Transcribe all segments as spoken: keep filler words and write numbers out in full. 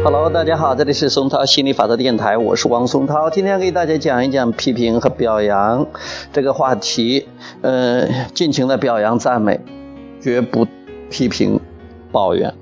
Hello， 大家好，这里是松涛心理法则电台，我是王松涛。今天给大家讲一讲批评和表扬这个话题。呃，尽情的表扬赞美，绝不批评抱怨。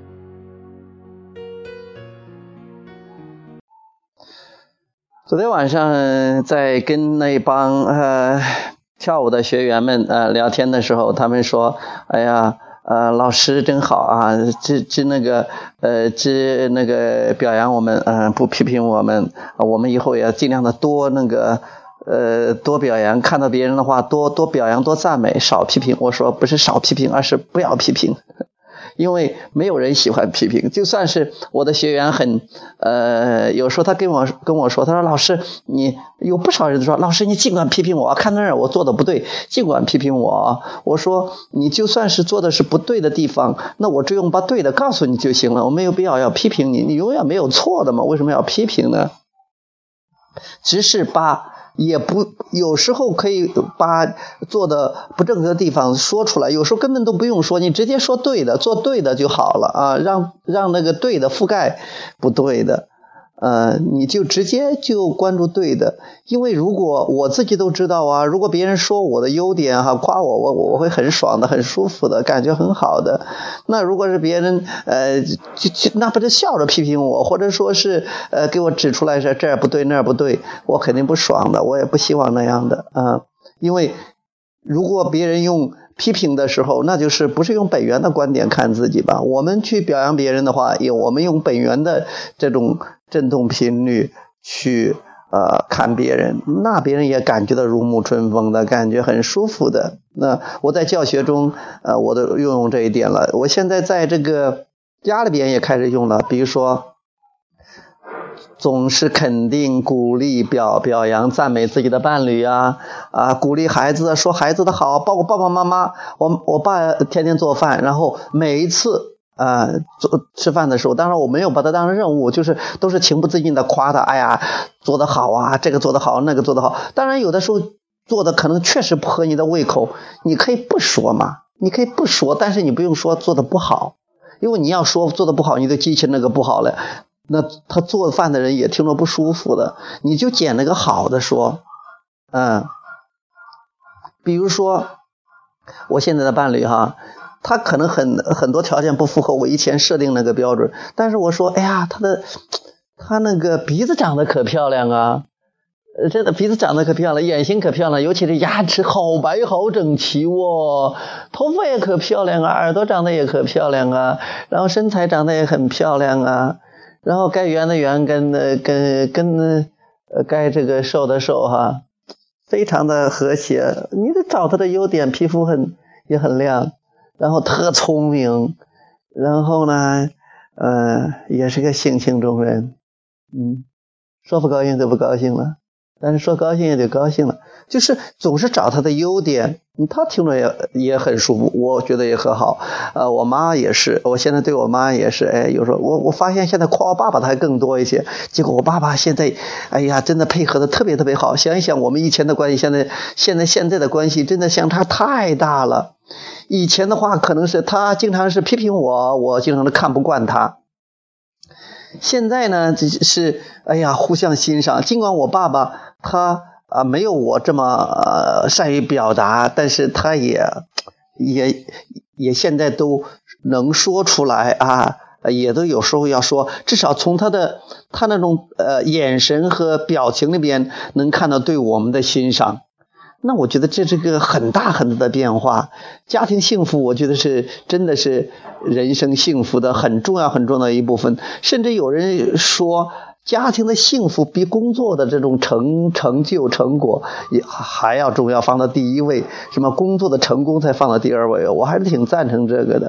昨天晚上在跟那帮呃跳舞的学员们呃聊天的时候，他们说：“哎呀。”呃，老师真好啊，只只那个呃，只那个表扬我们，嗯、呃，不批评我们、呃，我们以后也尽量的多那个呃多表扬，看到别人的话多多表扬多赞美，少批评。我说不是少批评，而是不要批评。因为没有人喜欢批评，就算是我的学员很呃有时候他跟我跟我说，他说老师，你有不少人说老师你尽管批评我，看那儿我做的不对，尽管批评我。我说你就算是做的是不对的地方，那我只用把对的告诉你就行了，我没有必要要批评你，你永远没有错的嘛，为什么要批评呢？只是把也不有时候可以把做的不正确的地方说出来，有时候根本都不用说，你直接说对的，做对的就好了啊，让让那个对的覆盖不对的，呃，你就直接就关注对的。因为如果我自己都知道啊，如果别人说我的优点哈、啊，夸我，我我会很爽的，很舒服的，感觉很好的。那如果是别人呃就就那不是笑着批评我，或者说是呃给我指出来说这儿不对那儿不对，我肯定不爽的，我也不希望那样的啊。因为如果别人用批评的时候，那就是不是用本源的观点看自己吧。我们去表扬别人的话，也我们用本源的这种振动频率去呃看别人，那别人也感觉到如沐春风的，感觉很舒服的。那我在教学中呃我都运用这一点了，我现在在这个家里边也开始用了，比如说总是肯定、鼓励、表表扬、赞美自己的伴侣啊，啊，鼓励孩子，说孩子的好，包括爸爸妈妈。我我爸天天做饭，然后每一次啊做吃饭的时候，当然我没有把它当成任务，就是都是情不自禁的夸他，哎呀，做得好啊，这个做得好，那个做得好。当然有的时候做的可能确实不合你的胃口，你可以不说嘛，你可以不说，但是你不用说做得不好，因为你要说做得不好，你就激起那个不好了。那他做饭的人也听着不舒服的，你就捡那个好的说。嗯，比如说我现在的伴侣哈，他可能很很多条件不符合我以前设定那个标准，但是我说哎呀，他的他那个鼻子长得可漂亮啊，呃，真的鼻子长得可漂亮，眼睛可漂亮，尤其是牙齿好白好整齐哦，头发也可漂亮啊，耳朵长得也可漂亮啊，然后身材长得也很漂亮啊，然后该圆的圆，跟跟跟呃该这个瘦的瘦哈，非常的和谐。你得找他的优点，皮肤很也很亮，然后特聪明，然后呢呃也是个性情中人，嗯，说不高兴就不高兴了，但是说高兴也就高兴了，就是总是找他的优点，他听着也也很舒服，我觉得也很好。呃，我妈也是，我现在对我妈也是，哎，有时候我我发现现在夸我爸爸的还更多一些，结果我爸爸现在，哎呀，真的配合的特别特别好。想一想我们以前的关系，现在现在现在的关系真的相差太大了。以前的话可能是他经常是批评我，我经常的看不惯他。现在呢是哎呀互相欣赏，尽管我爸爸他啊没有我这么呃善于表达，但是他也也也现在都能说出来啊，也都有时候要说，至少从他的他那种呃眼神和表情里边能看到对我们的欣赏。那我觉得这是个很大很大的变化。家庭幸福我觉得是真的是人生幸福的很重要很重要的一部分，甚至有人说家庭的幸福比工作的这种成成就成果也还要重要，放到第一位，什么工作的成功才放到第二位，我还是挺赞成这个的。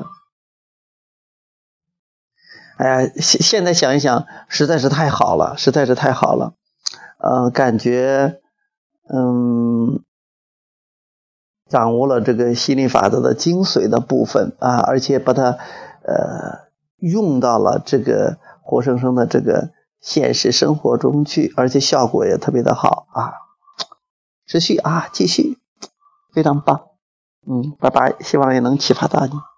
哎呀，现现在想一想实在是太好了，实在是太好了。呃感觉嗯掌握了这个心理法则的精髓的部分啊，而且把它呃用到了这个活生生的这个现实生活中去，而且效果也特别的好啊，持续啊，继续，非常棒。嗯，拜拜，希望也能启发到你。